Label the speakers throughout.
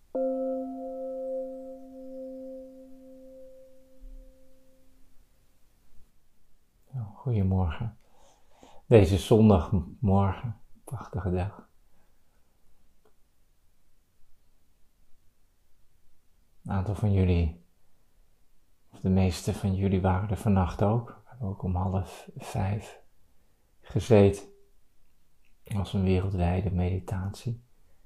Speaker 1: Goedemorgen. Deze zondagmorgen, prachtige dag. Een aantal van jullie, of de meeste van jullie waren er vannacht ook. We hebben ook om 4:30 gezeten. Het was een wereldwijde meditatie.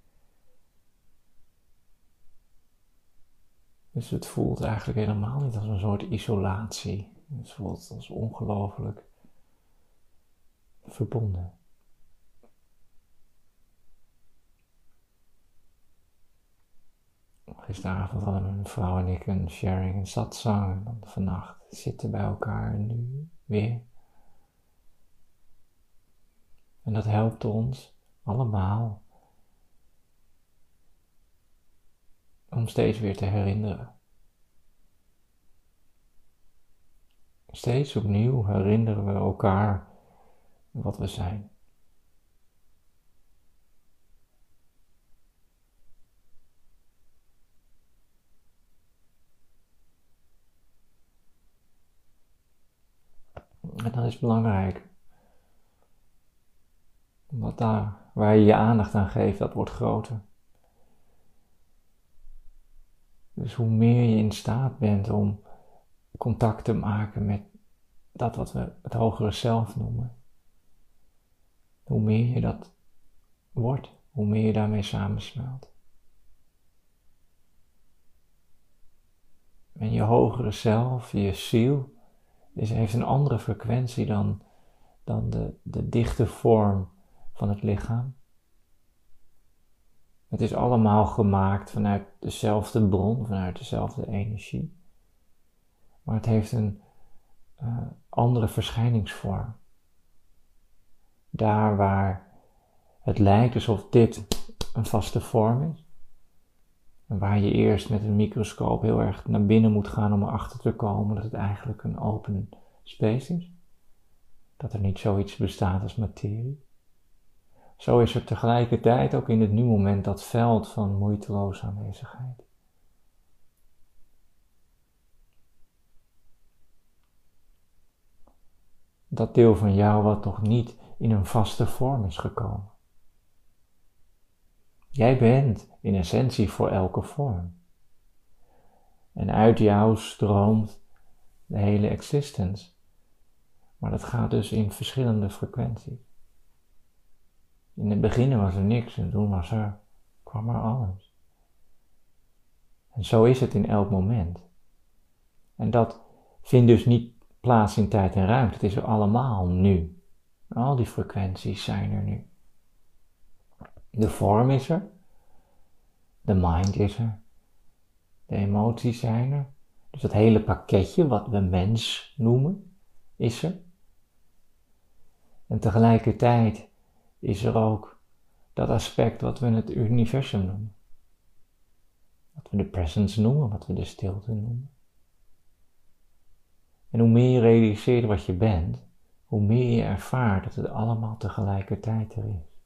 Speaker 1: Dus het voelt eigenlijk helemaal niet als een soort isolatie. Het voelt als ongelooflijk verbonden. Gisteravond hadden mijn vrouw en ik een sharing en satsang. En dan vannacht zitten bij elkaar en nu weer. En dat helpt ons allemaal om steeds weer te herinneren. Steeds opnieuw herinneren we elkaar wat we zijn. En dat is belangrijk. Want daar waar je je aandacht aan geeft, dat wordt groter. Dus hoe meer je in staat bent om contact te maken met dat wat we het hogere zelf noemen, hoe meer je dat wordt, hoe meer je daarmee samensmelt. En je hogere zelf, je ziel, heeft een andere frequentie dan de dichte vorm van het lichaam. Het is allemaal gemaakt vanuit dezelfde bron, vanuit dezelfde energie. Maar het heeft een andere verschijningsvorm. Daar waar het lijkt alsof dit een vaste vorm is. En waar je eerst met een microscoop heel erg naar binnen moet gaan om erachter te komen dat het eigenlijk een open space is. Dat er niet zoiets bestaat als materie. Zo is er tegelijkertijd ook in het nu-moment dat veld van moeiteloze aanwezigheid. Dat deel van jou wat nog niet in een vaste vorm is gekomen. Jij bent in essentie voor elke vorm. En uit jou stroomt de hele existence. Maar dat gaat dus in verschillende frequenties. In het begin was er niks en toen kwam er alles. En zo is het in elk moment. En dat vindt dus niet plaats in tijd en ruimte. Het is er allemaal nu. Al die frequenties zijn er nu. De vorm is er. De mind is er. De emoties zijn er. Dus dat hele pakketje wat we mens noemen, is er. En tegelijkertijd is er ook dat aspect wat we het universum noemen. Wat we de presence noemen, wat we de stilte noemen. En hoe meer je realiseert wat je bent, hoe meer je ervaart dat het allemaal tegelijkertijd er is.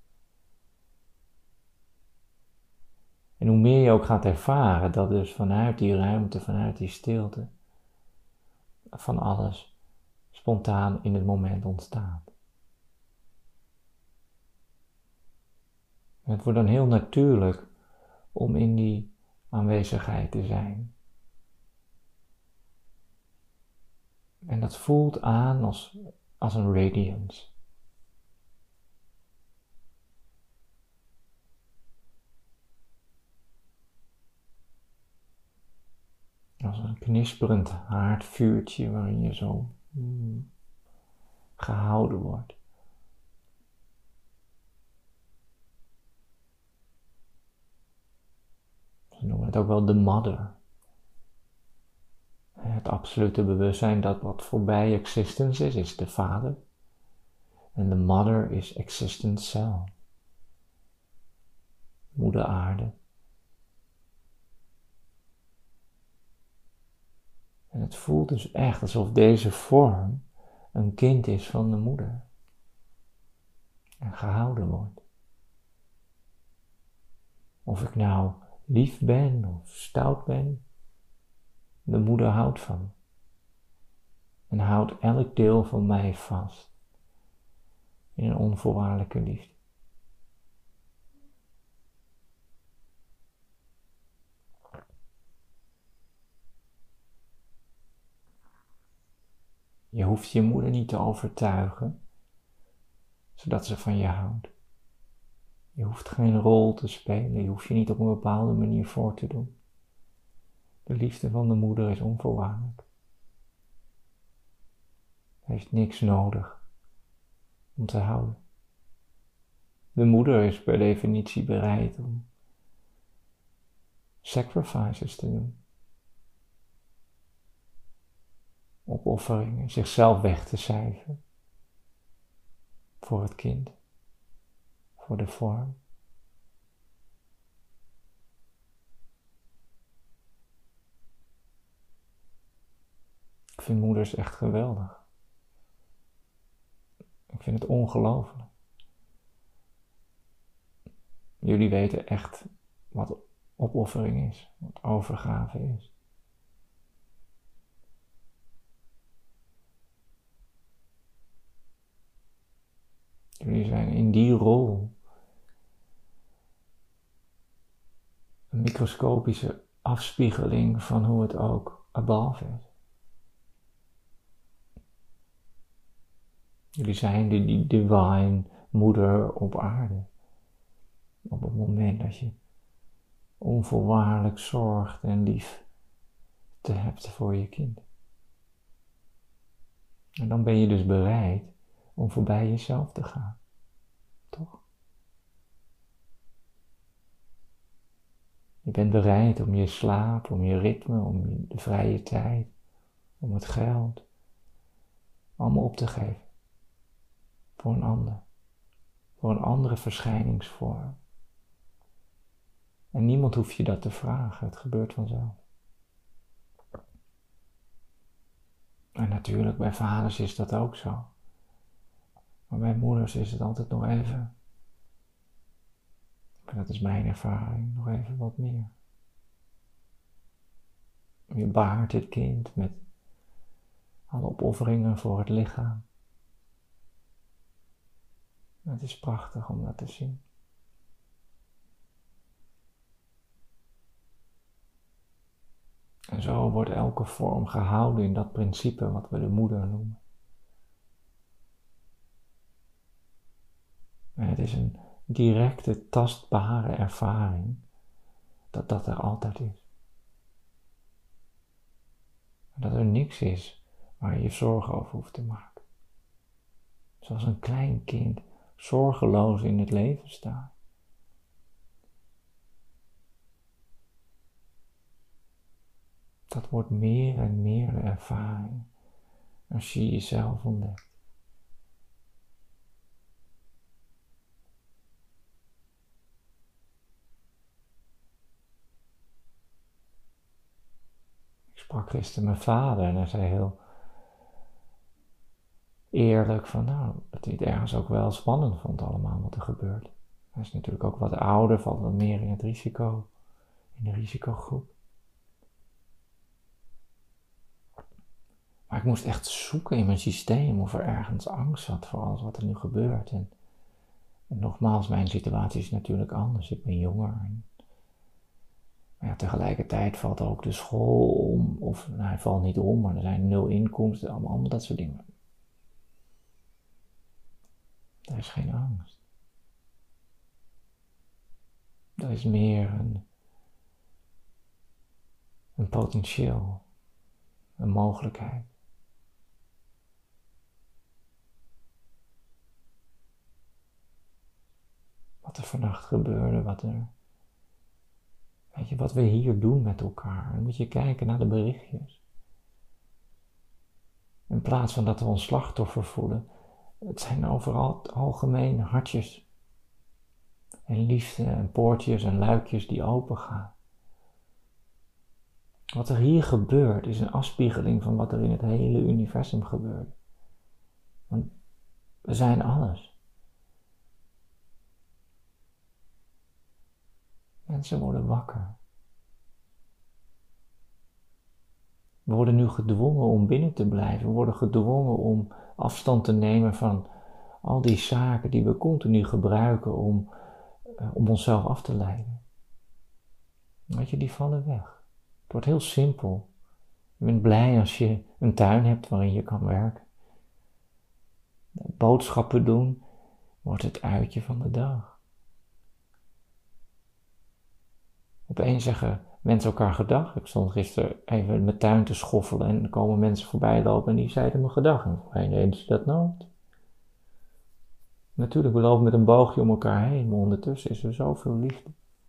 Speaker 1: En hoe meer je ook gaat ervaren dat dus vanuit die ruimte, vanuit die stilte, van alles spontaan in het moment ontstaat. En het wordt dan heel natuurlijk om in die aanwezigheid te zijn. En dat voelt aan als een radiance. Als een knisperend haardvuurtje waarin je zo gehouden wordt. Ze noemen het ook wel de mother. Het absolute bewustzijn dat wat voorbij existence is de vader. En de mother is existence zelf. Moeder aarde. En het voelt dus echt alsof deze vorm een kind is van de moeder. En gehouden wordt. Of ik nou lief ben of stout ben, de moeder houdt van me. En houdt elk deel van mij vast in een onvoorwaardelijke liefde. Je hoeft je moeder niet te overtuigen, zodat ze van je houdt. Je hoeft geen rol te spelen, je hoeft je niet op een bepaalde manier voor te doen. De liefde van de moeder is onvoorwaardelijk. Hij heeft niks nodig om te houden. De moeder is per definitie bereid om sacrifices te doen. Opofferingen, zichzelf weg te cijferen. Voor het kind. Voor de vorm. Ik vind moeders echt geweldig. Ik vind het ongelooflijk. Jullie weten echt wat opoffering is, wat overgave is. Jullie zijn in die rol een microscopische afspiegeling van hoe het ook above is. Jullie zijn die divine moeder op aarde. Op het moment dat je onvoorwaardelijk zorgt en lief te hebt voor je kind. En dan ben je dus bereid om voorbij jezelf te gaan. Toch? Je bent bereid om je slaap, om je ritme, om de vrije tijd, om het geld, allemaal op te geven. Voor een ander. Voor een andere verschijningsvorm. En niemand hoeft je dat te vragen, het gebeurt vanzelf. En natuurlijk, bij vaders is dat ook zo. Maar bij moeders is het altijd nog even, en dat is mijn ervaring, nog even wat meer. Je baart het kind met alle opofferingen voor het lichaam. Het is prachtig om dat te zien. En zo wordt elke vorm gehouden in dat principe wat we de moeder noemen. En het is een directe, tastbare ervaring dat dat er altijd is. En dat er niks is waar je je zorgen over hoeft te maken. Zoals een klein kind zorgeloos in het leven staat. Dat wordt meer en meer de ervaring als je jezelf ontdekt. Ik sprak gisteren mijn vader en hij zei heel eerlijk van dat hij het ergens ook wel spannend vond allemaal wat er gebeurt. Hij is natuurlijk ook wat ouder, valt wat meer in het risico, in de risicogroep. Maar ik moest echt zoeken in mijn systeem of er ergens angst zat voor alles wat er nu gebeurt. En nogmaals, mijn situatie is natuurlijk anders. Ik ben jonger. Maar ja, tegelijkertijd valt ook de school om. Of hij valt niet om, maar er zijn 0 inkomsten. Allemaal dat soort dingen. Er is geen angst. Er is meer een potentieel. Een mogelijkheid. Wat er vannacht gebeurde, wat we hier doen met elkaar. Dan moet je kijken naar de berichtjes. In plaats van dat we ons slachtoffer voelen, het zijn overal het algemeen hartjes. En liefde en poortjes en luikjes die open gaan. Wat er hier gebeurt is een afspiegeling van wat er in het hele universum gebeurt. Want we zijn alles. Mensen worden wakker. We worden nu gedwongen om binnen te blijven. We worden gedwongen om afstand te nemen van al die zaken die we continu gebruiken om onszelf af te leiden. Weet je, die vallen weg. Het wordt heel simpel. Je bent blij als je een tuin hebt waarin je kan werken. Boodschappen doen wordt het uitje van de dag. Opeens zeggen mensen elkaar gedag. Ik stond gisteren even in mijn tuin te schoffelen en er komen mensen voorbij lopen en die zeiden me gedag. En voorheen deden ze dat nooit. Natuurlijk, we lopen met een boogje om elkaar heen, maar ondertussen is er zoveel liefde.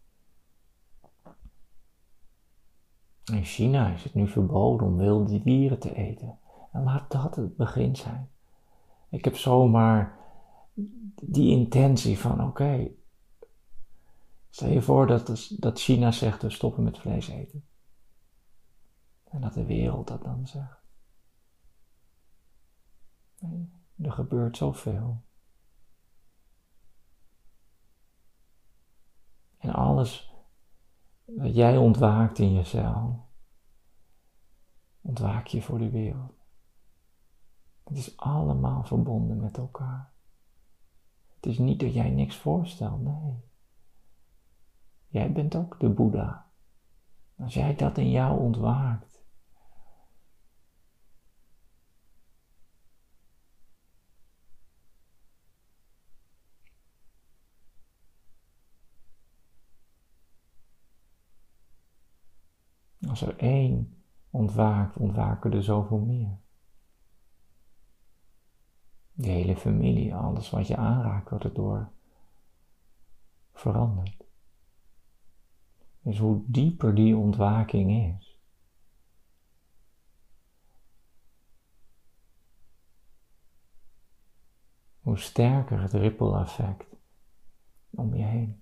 Speaker 1: In China is het nu verboden om wilde dieren te eten. En laat dat het begin zijn. Ik heb zomaar die intentie van, oké, stel je voor dat China zegt, we stoppen met vlees eten. En dat de wereld dat dan zegt. Nee, er gebeurt zoveel. En alles wat jij ontwaakt in jezelf, ontwaak je voor de wereld. Het is allemaal verbonden met elkaar. Het is niet dat jij niks voorstelt, nee. Jij bent ook de Boeddha. Als jij dat in jou ontwaakt. Als er één ontwaakt, ontwaken er zoveel meer. De hele familie, alles wat je aanraakt, wordt erdoor veranderd. Dus hoe dieper die ontwaking is, hoe sterker het ripple effect om je heen.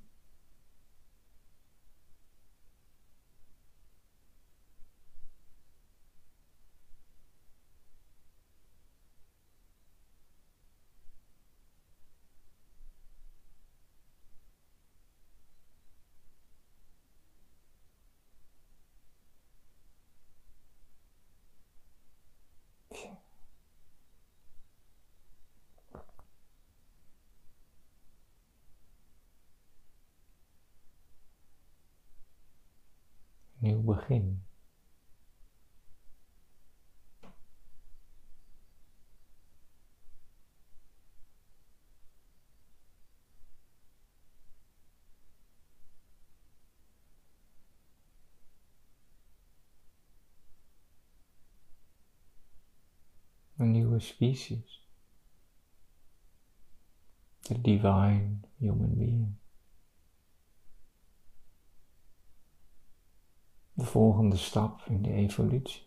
Speaker 1: Nieuw begin. Een nieuwe species. The divine human being. De volgende stap in de evolutie.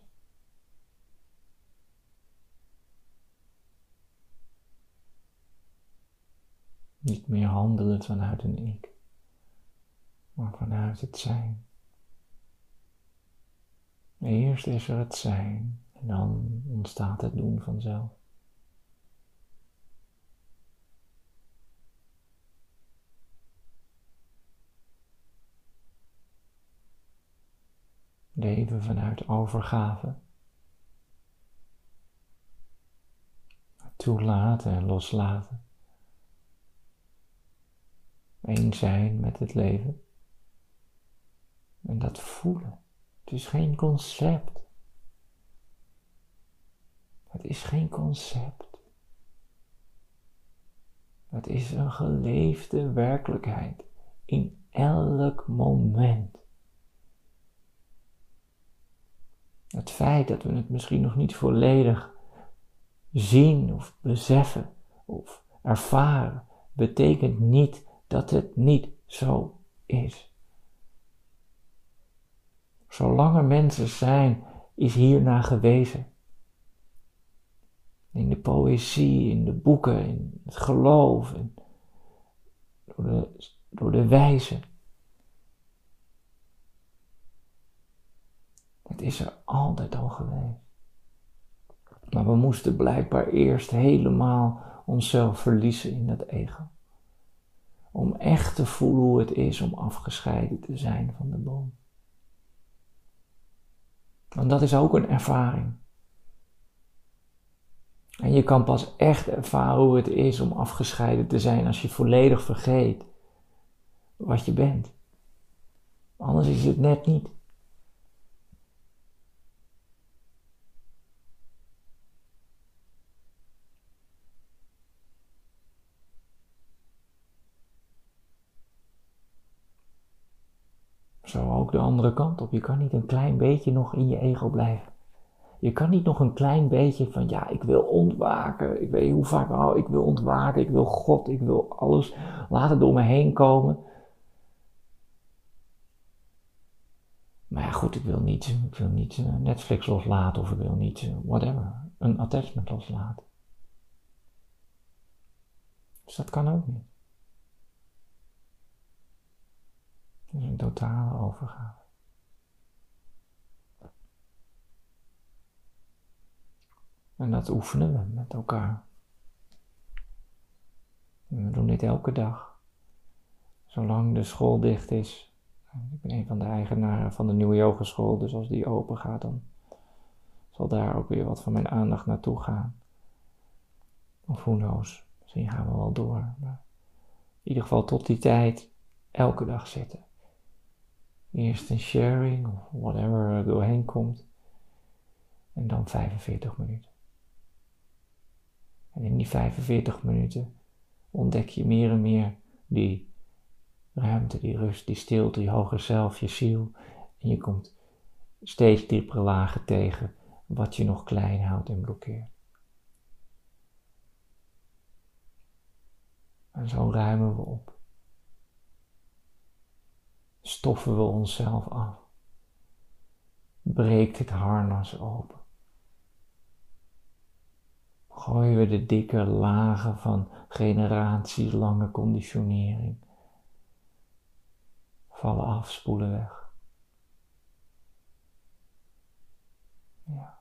Speaker 1: Niet meer handelen vanuit een ik, maar vanuit het zijn. Eerst is er het zijn en dan ontstaat het doen vanzelf. Leven vanuit overgave. Toelaten en loslaten. Eén zijn met het leven. En dat voelen. Het is geen concept. Het is geen concept. Het is een geleefde werkelijkheid. In elk moment. Het feit dat we het misschien nog niet volledig zien of beseffen of ervaren, betekent niet dat het niet zo is. Zolang er mensen zijn, is hiernaar gewezen. In de poëzie, in de boeken, in het geloof, door de wijzen. Het is er altijd al geweest. Maar we moesten blijkbaar eerst helemaal onszelf verliezen in dat ego. Om echt te voelen hoe het is om afgescheiden te zijn van de boom. Want dat is ook een ervaring. En je kan pas echt ervaren hoe het is om afgescheiden te zijn als je volledig vergeet wat je bent. Anders is het net niet. Zo ook de andere kant op. Je kan niet een klein beetje nog in je ego blijven. Je kan niet nog een klein beetje van, ja, ik wil ontwaken. Ik weet hoe vaak, ik wil ontwaken. Ik wil God. Ik wil alles laten door me heen komen. Maar ja, goed, ik wil niet Netflix loslaten of ik wil niet, whatever, een attachment loslaten. Dus dat kan ook niet. Dat is een totale overgave. En dat oefenen we met elkaar. En we doen dit elke dag. Zolang de school dicht is. Ik ben een van de eigenaren van de nieuwe yogeschool, dus als die open gaat, dan zal daar ook weer wat van mijn aandacht naartoe gaan. Of who knows, misschien gaan we wel door. Maar in ieder geval tot die tijd, elke dag zitten. Eerst een sharing of whatever er doorheen komt. En dan 45 minuten. En in die 45 minuten ontdek je meer en meer die ruimte, die rust, die stilte, die hoger zelf, je ziel. En je komt steeds diepere lagen tegen wat je nog klein houdt en blokkeert. En zo ruimen we op. Stoffen we onszelf af. Breekt het harnas open. Gooien we de dikke lagen van generatielange conditionering. Vallen af, spoelen weg. Ja.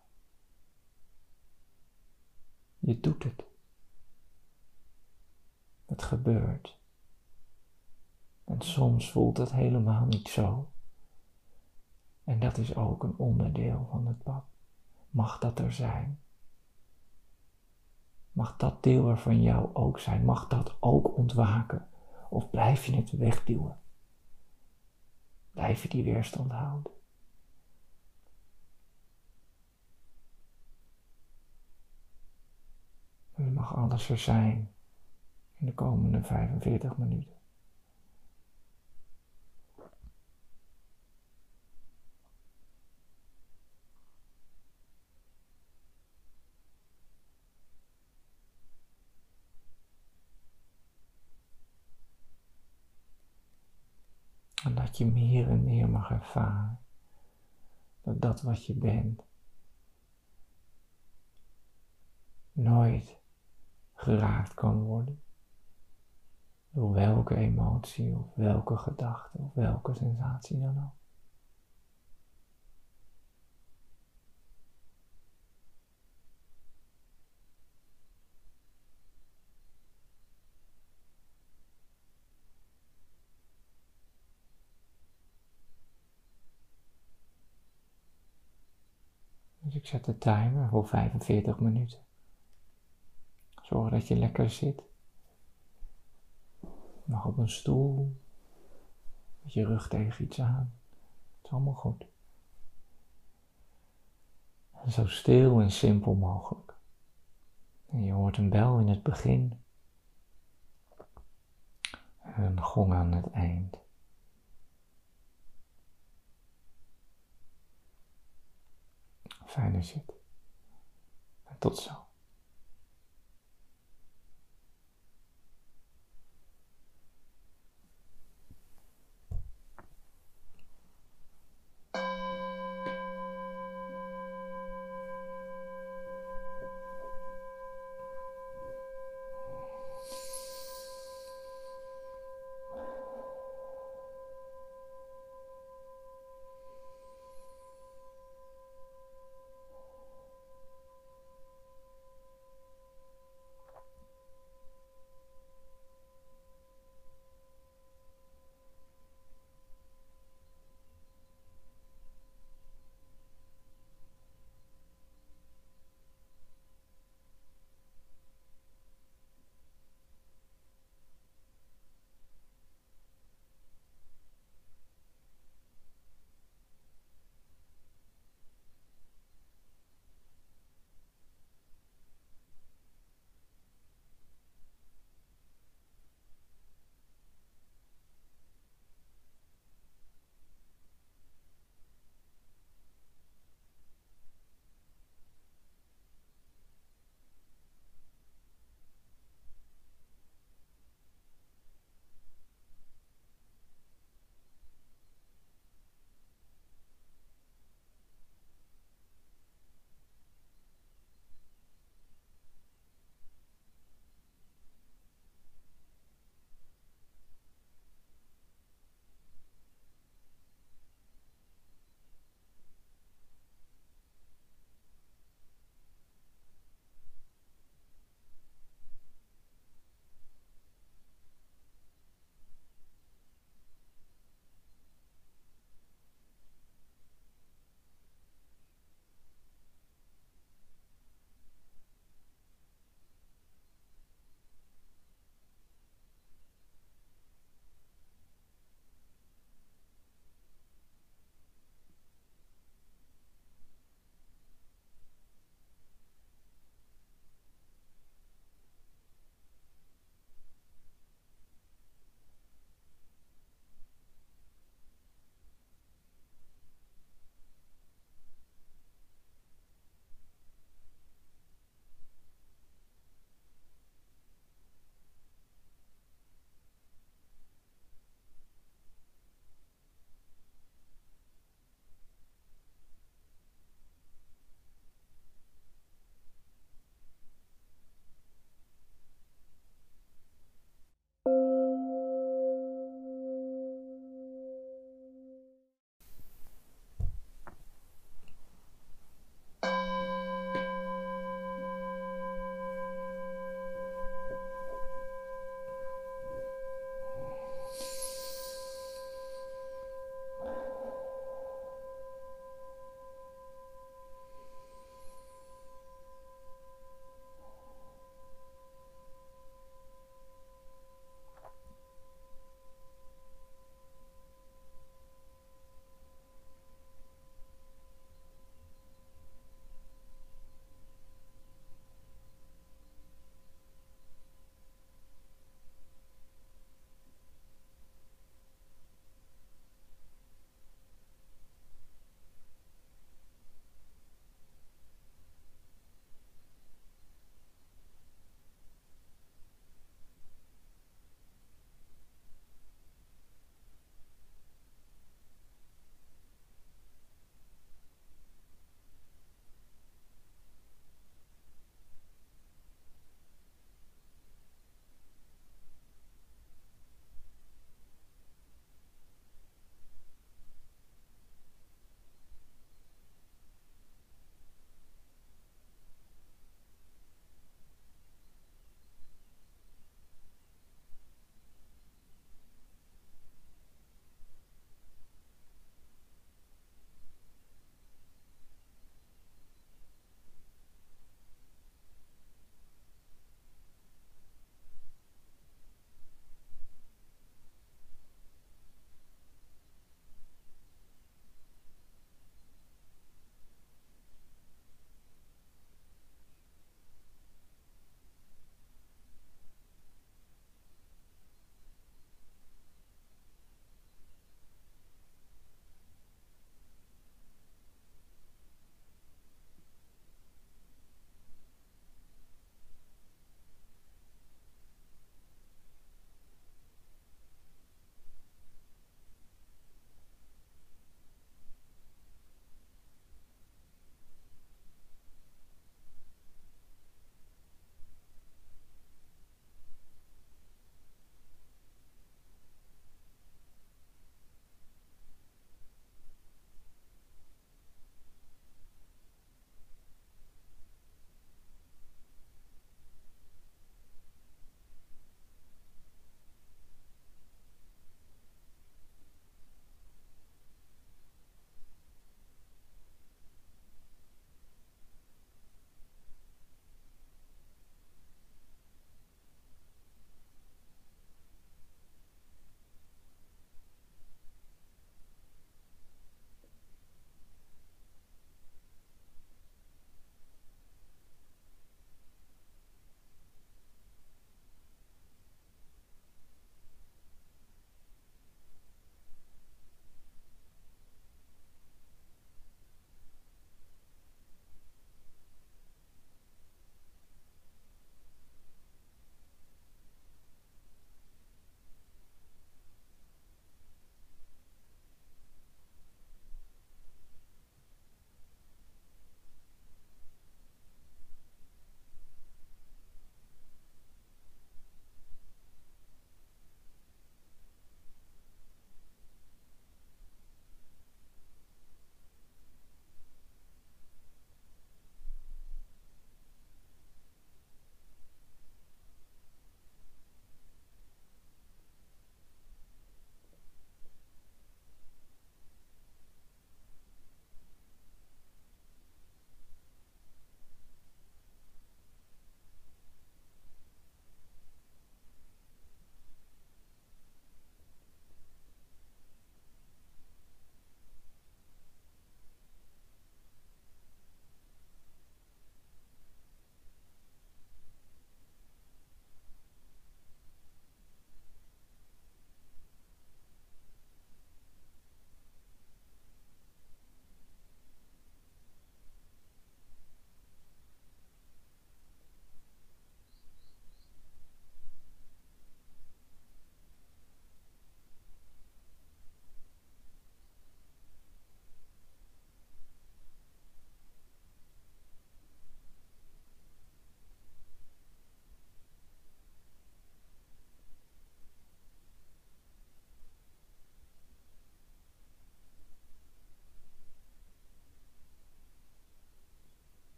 Speaker 1: Je doet het. Het gebeurt. En soms voelt het helemaal niet zo. En dat is ook een onderdeel van het pad. Mag dat er zijn? Mag dat deel er van jou ook zijn? Mag dat ook ontwaken? Of blijf je het wegduwen? Blijf je die weerstand houden? En mag alles er zijn in de komende 45 minuten. En dat je meer en meer mag ervaren dat dat wat je bent nooit geraakt kan worden door welke emotie of welke gedachte of welke sensatie dan ook. Dus ik zet de timer voor 45 minuten. Zorg dat je lekker zit. Je mag op een stoel. Met je rug tegen iets aan. Het is allemaal goed. En zo stil en simpel mogelijk. En je hoort een bel in het begin. En een gong aan het eind. Fijne zit. En tot zo.